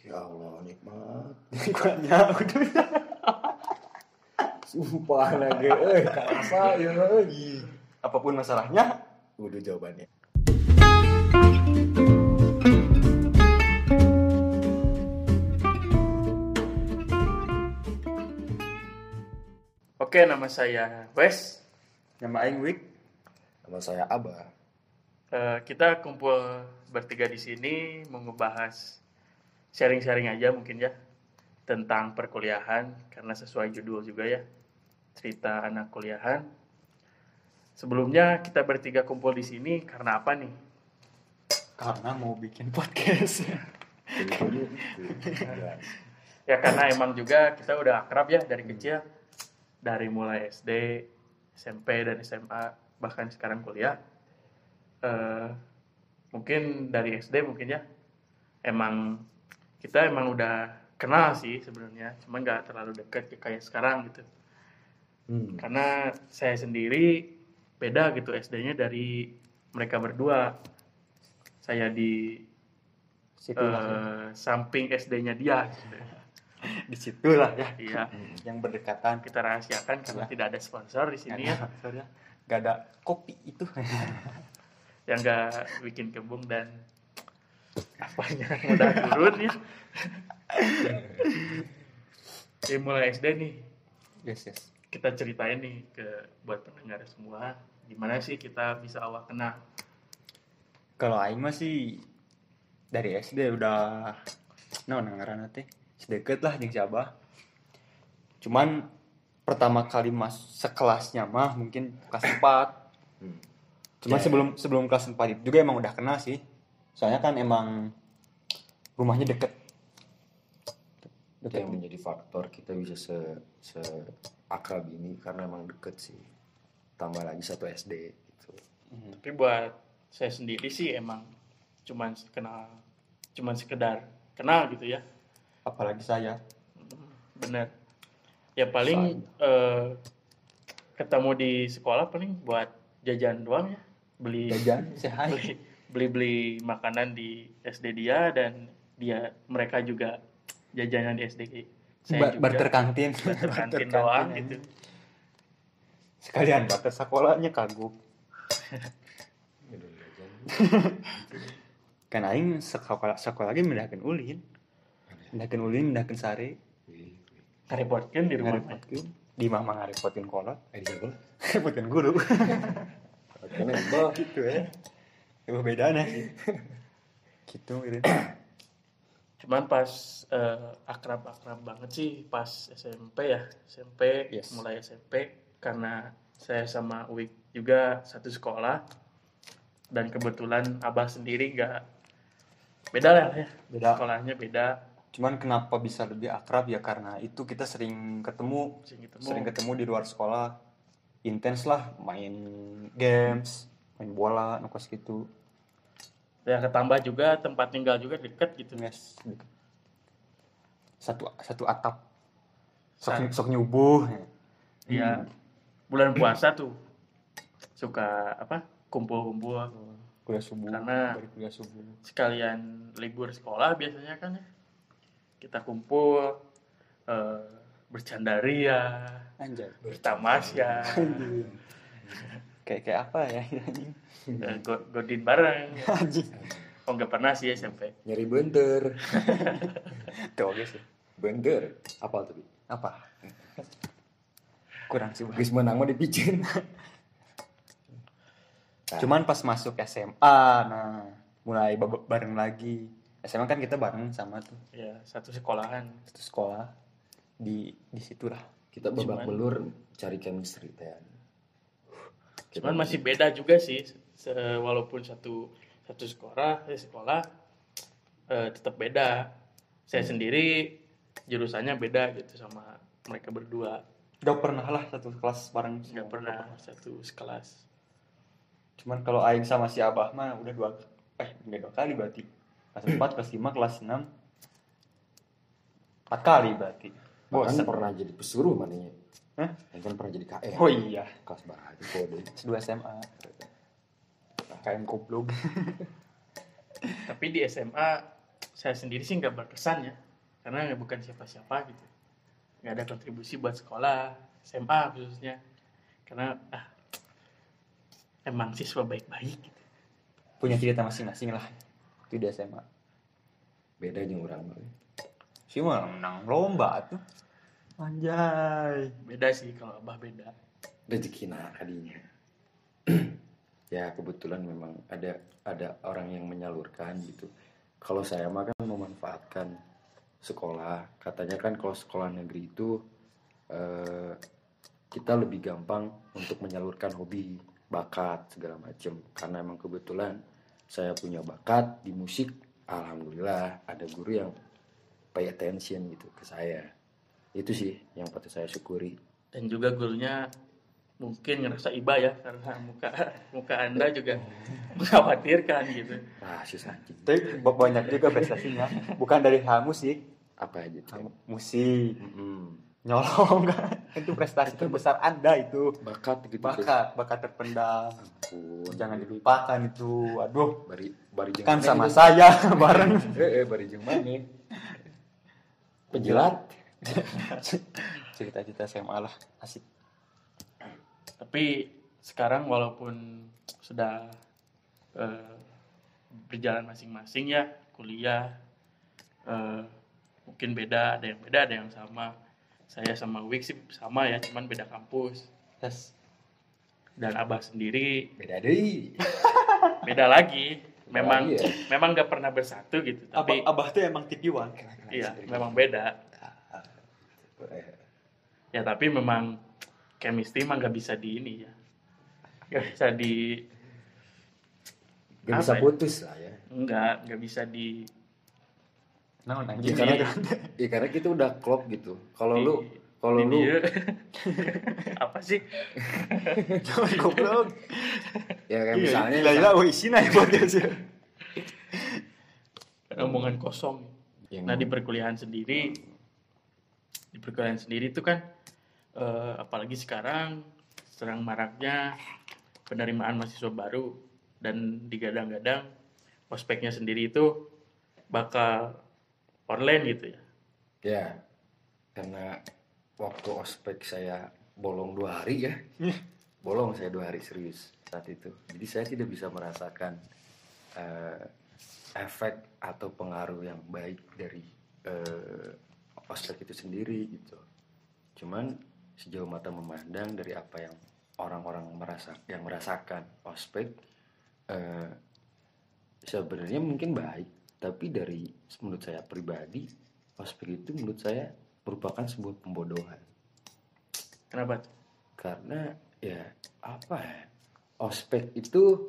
Ya Allah, nikmat. Nikmatnya udah. Sumpah lagi, kerasa ya. Apapun masalahnya, Udah jawabannya. Oke, nama saya Wes. nama aing Wik. Nama saya Abah. Kita kumpul bertiga di sini mau ngebahas sharing-sharing aja mungkin ya tentang perkuliahan karena sesuai judul juga ya, cerita anak kuliahan. Sebelumnya kita bertiga kumpul di sini karena apa nih? Karena mau bikin podcast. Ya karena emang juga kita udah akrab ya dari kecil, dari mulai SD, SMP dan SMA bahkan sekarang kuliah. Mungkin dari SD mungkin ya kita emang udah kenal sih sebenarnya, cuma nggak terlalu dekat kayak sekarang gitu. Karena saya sendiri beda gitu SD-nya dari mereka berdua. Saya di Situ samping SD-nya dia gitu. di situlah ya. Iya, Yang berdekatan. kita rahasiakan karena Iya. tidak ada sponsor di sini ya, Gak ada kopi itu. yang nggak bikin kembung dan apanya udah turun ya. Ya mulai SD nih Yes. kita ceritain nih buat pendengar semua gimana sih kita bisa awal kenal. Kalau aing mah sih dari SD udah ngaranna teh sedekat lah jeung si Abah. Cuman pertama kali sekelasnya mah mungkin kelas 4. Cuman sebelum kelas 4 itu juga emang udah kenal sih. Soalnya kan emang rumahnya deket. Itu yang menjadi faktor kita bisa se akrab ini karena emang deket sih. Tambah lagi satu SD gitu. Tapi buat saya sendiri sih emang cuman sekedar kenal gitu ya. Apalagi saya. Bener. Ya paling ketemu di sekolah paling buat jajan doang ya. Jajan sehari. Beli makanan di SD dia dan mereka juga jajanan di SD saya juga. Barter kantin. Barter kantin doang gitu. Sekalian barter sekolahnya kagum. Kan aing sekolah lagi mendahkeun ulin. Mendahkeun sare. Ngarepotkeun di rumah. Di mama ngarepotin kolot. Di jago lah. Ngarepotin guru. Karena bah Gitu ya. Emang bedana sih. Gitu gitu. Cuman pas akrab banget sih pas SMP ya. SMP, Yes. mulai SMP karena saya sama Wik juga satu sekolah dan kebetulan Abah sendiri nggak beda lah ya. Beda. Sekolahnya beda. Cuman kenapa bisa lebih akrab ya karena itu kita sering ketemu di luar sekolah. Intens lah main games, main bola, nukos gitu. Ya ketambah juga tempat tinggal juga deket gitu. Yes, deket. Satu atap. Sok nyubuh. Ya bulan puasa tuh suka kumpul-kumpul Kuliah subuh. Karena Dari kuliah subuh. sekalian libur sekolah biasanya kan ya kita kumpul bercandaria, Anjay. bertamasya, Kayak apa ya? godin bareng. Anjing. Oh nggak pernah sih SMP. nyari benter. Tuh oke sih. Benter. Apa tuh? Apa? Kurang sih. Geus menang mah dipicin. Cuman pas masuk SMA, nah mulai bareng lagi. SMA kan kita bareng sama tuh Ya satu sekolahan. satu sekolah di situ lah. Kita babak belur cari chemistry teh. Cuman masih beda juga sih. Walaupun satu sekolah tetap beda. Saya sendiri jurusannya beda gitu sama mereka berdua. Gak pernah lah satu kelas bareng. Nggak pernah satu sekelas. Cuman kalau aing sama si Abah mah udah dua kali berarti. Kelas 4, kelas 5, kelas 6. 4 kali berarti. Bahkan pernah jadi pesuruh mananya. Hah? Yang kan pernah jadi KM. Oh iya. Kelas barah itu kode. S2 SMA. KM goblok. Tapi di SMA saya sendiri sih nggak berkesan ya, karena bukan siapa-siapa gitu, nggak ada kontribusi buat sekolah SMA khususnya, karena emang siswa baik-baik gitu. Punya cerita masing-masing lah itu di SMA. Beda jeung urang mah. Si mah menang lomba tuh. Anjay. Beda sih kalau Abah beda. Rezekina kadinya. Ya kebetulan memang ada orang yang menyalurkan gitu. Kalau saya mah kan memanfaatkan sekolah. Katanya kan kalau sekolah negeri itu kita lebih gampang untuk menyalurkan hobi, bakat segala macam. Karena emang kebetulan saya punya bakat di musik. Alhamdulillah ada guru yang pay attention gitu ke saya. Itu sih yang patut saya syukuri. Dan juga gurunya mungkin ngerasa iba ya, karena muka Anda juga mengkhawatirkan gitu. Rasis anjing. Tapi banyak juga prestasinya. Bukan dari hal musik, Apa aja tuh? musik, Mm-mm. nyolong kan. Itu prestasi terbesar Anda itu. Bakat gitu. Bakat terpendam. Ampun. Jangan dilupakan itu. Aduh, Bari jeung kan maneh sama gitu. saya bareng. Bari jeung maneh. Penjilat. Cerita-cerita SMA lah, asik. Tapi sekarang walaupun sudah berjalan masing-masing ya, kuliah mungkin beda, ada yang sama. Saya sama Wik sih sama ya, cuman beda kampus. Yes. Dan Abah sendiri Beda deui. beda lagi. Memang Beda lagi ya? memang nggak pernah bersatu gitu, tapi Abah tuh emang tipiwan. iya memang beda. Ya tapi memang chemistry mah nggak bisa di ini ya, nggak bisa di Gak bisa Apa ya? putus lah ya. nggak bisa di Naon Ya, anjing. karena kita udah klop gitu. Kalau di- lu di dia. Apa sih? Jangan goblok. ya kayak Iya, misalnya gila isina ya podcast. Omongan kosong. yang Nah di perkuliahan sendiri itu kan apalagi sekarang sedang maraknya penerimaan mahasiswa baru, dan digadang-gadang ospeknya sendiri itu bakal online gitu ya. ya karena waktu ospek saya bolong 2 hari ya. Bolong saya 2 hari serius saat itu. Jadi saya tidak bisa merasakan efek atau pengaruh yang baik dari ospek itu sendiri gitu. Cuman sejauh mata memandang dari apa yang orang-orang merasakan ospek, sebenarnya mungkin baik, tapi menurut saya pribadi ospek itu menurut saya merupakan sebuah pembodohan. Kenapa tuh? Karena ya ospek itu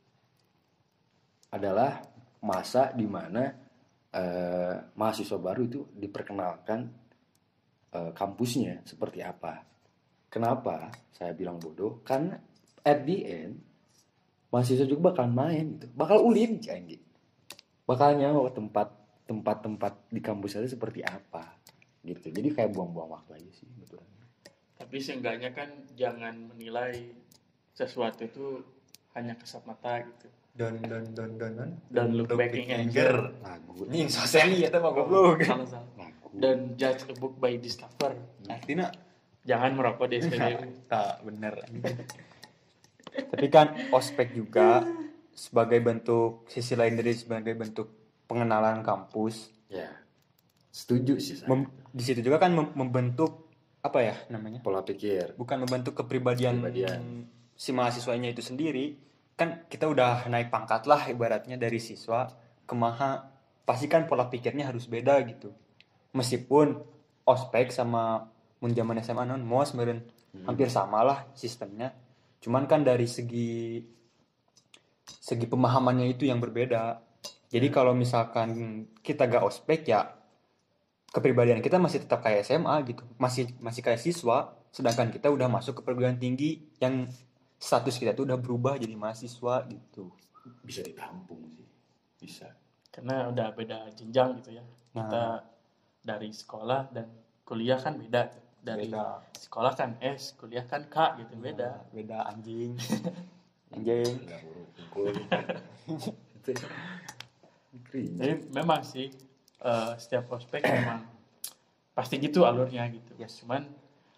adalah masa di mana mahasiswa baru itu diperkenalkan kampusnya seperti apa. Kenapa saya bilang bodoh? Karena at the end mahasiswa juga bakal main gitu, bakal ulin gitu, bakal nyawa tempat-tempat di kampus itu seperti apa gitu. Jadi kayak buang-buang waktu aja sih betul. Tapi seenggaknya kan jangan menilai sesuatu itu hanya kasat mata gitu. Don. Don't look back in anger. Lagu Ini soseli ya mah goblok. Salah. lagu Don't judge a book by its cover. Artinya Jangan merokok di SPBU. tak bener. Tapi kan ospek juga sebagai bentuk sisi lain dari sebagai bentuk pengenalan kampus. ya setuju sih saya. Di situ juga kan membentuk apa ya namanya? Pola pikir. Bukan membentuk kepribadian si mahasiswanya itu sendiri. Kan kita udah naik pangkat lah ibaratnya dari siswa ke maha. Pasti kan pola pikirnya harus beda gitu. Meskipun ospek sama mun zaman SMA non mos meureun hampir sama lah sistemnya. Cuman kan dari segi pemahamannya itu yang berbeda. Jadi kalau misalkan kita gak ospek ya kepribadian kita masih tetap kayak SMA gitu. Masih kayak siswa, sedangkan kita udah masuk ke perguruan tinggi yang status kita tuh udah berubah jadi mahasiswa gitu. Bisa ditampung sih. Bisa. Karena udah beda jenjang gitu ya. Kita dari sekolah dan kuliah kan beda. Dari Beda. sekolah kan S, kuliah kan K gitu, beda. Beda anjing. Anjing. Enggak buruk kumpul. Jadi memang sih setiap ospek memang pasti gitu alurnya gitu. Yes. Cuman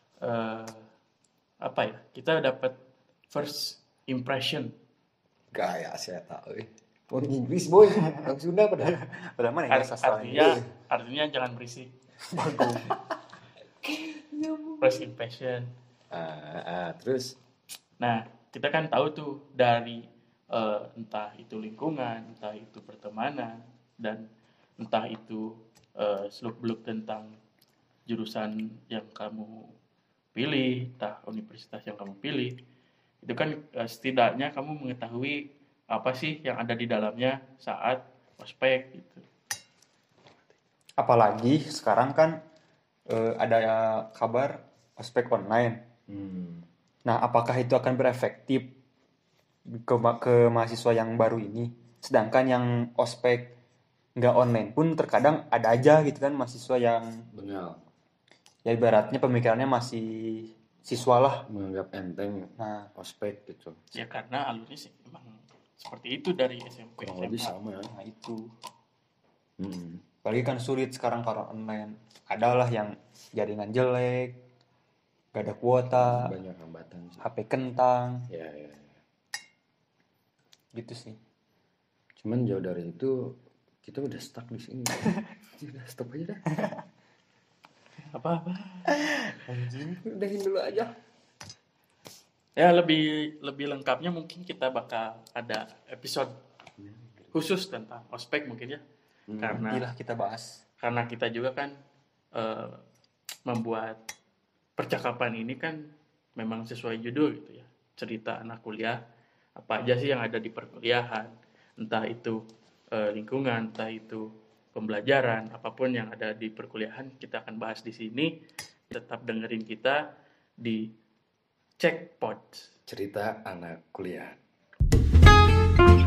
apa ya? Kita dapat first impression. Gaya saya tahu. Mau Inggris boy, orang Sunda padahal. Padahal mana yang Artinya jangan berisik. First impression. Terus Nah, kita kan tahu tuh dari entah itu lingkungan, entah itu pertemanan, dan entah itu seluk-beluk tentang jurusan yang kamu pilih, entah universitas yang kamu pilih. Itu kan setidaknya kamu mengetahui apa sih yang ada di dalamnya saat ospek gitu. Apalagi sekarang kan ada kabar ospek online. Nah, apakah itu akan berefektif ke mahasiswa yang baru ini? Sedangkan yang ospek nggak online pun terkadang ada aja gitu kan mahasiswa yang benar ya ibaratnya pemikirannya masih siswa lah. menganggap enteng ospek gitu. Ya karena alurnya sih emang seperti itu dari SMP. Kurang lebih sama. Nah itu. Apalagi kan sulit sekarang kalau online. Adalah yang jaringan jelek, gak ada kuota, banyak hambatan sih. HP kentang. Ya. Gitu sih. Cuman jauh dari itu kita udah stuck di sini. Udah stop aja dah. Apa? Anjing, udahin dulu aja. Ya lebih lengkapnya mungkin kita bakal ada episode khusus tentang ospek mungkin ya. Nantilah kita bahas. Karena kita juga kan membuat percakapan ini kan memang sesuai judul gitu ya. Cerita anak kuliah, apa aja sih yang ada di perkuliahan, entah itu lingkungan, entah itu pembelajaran, apapun yang ada di perkuliahan kita akan bahas di sini. Tetap dengerin kita di Checkpot. Cerita anak kuliah.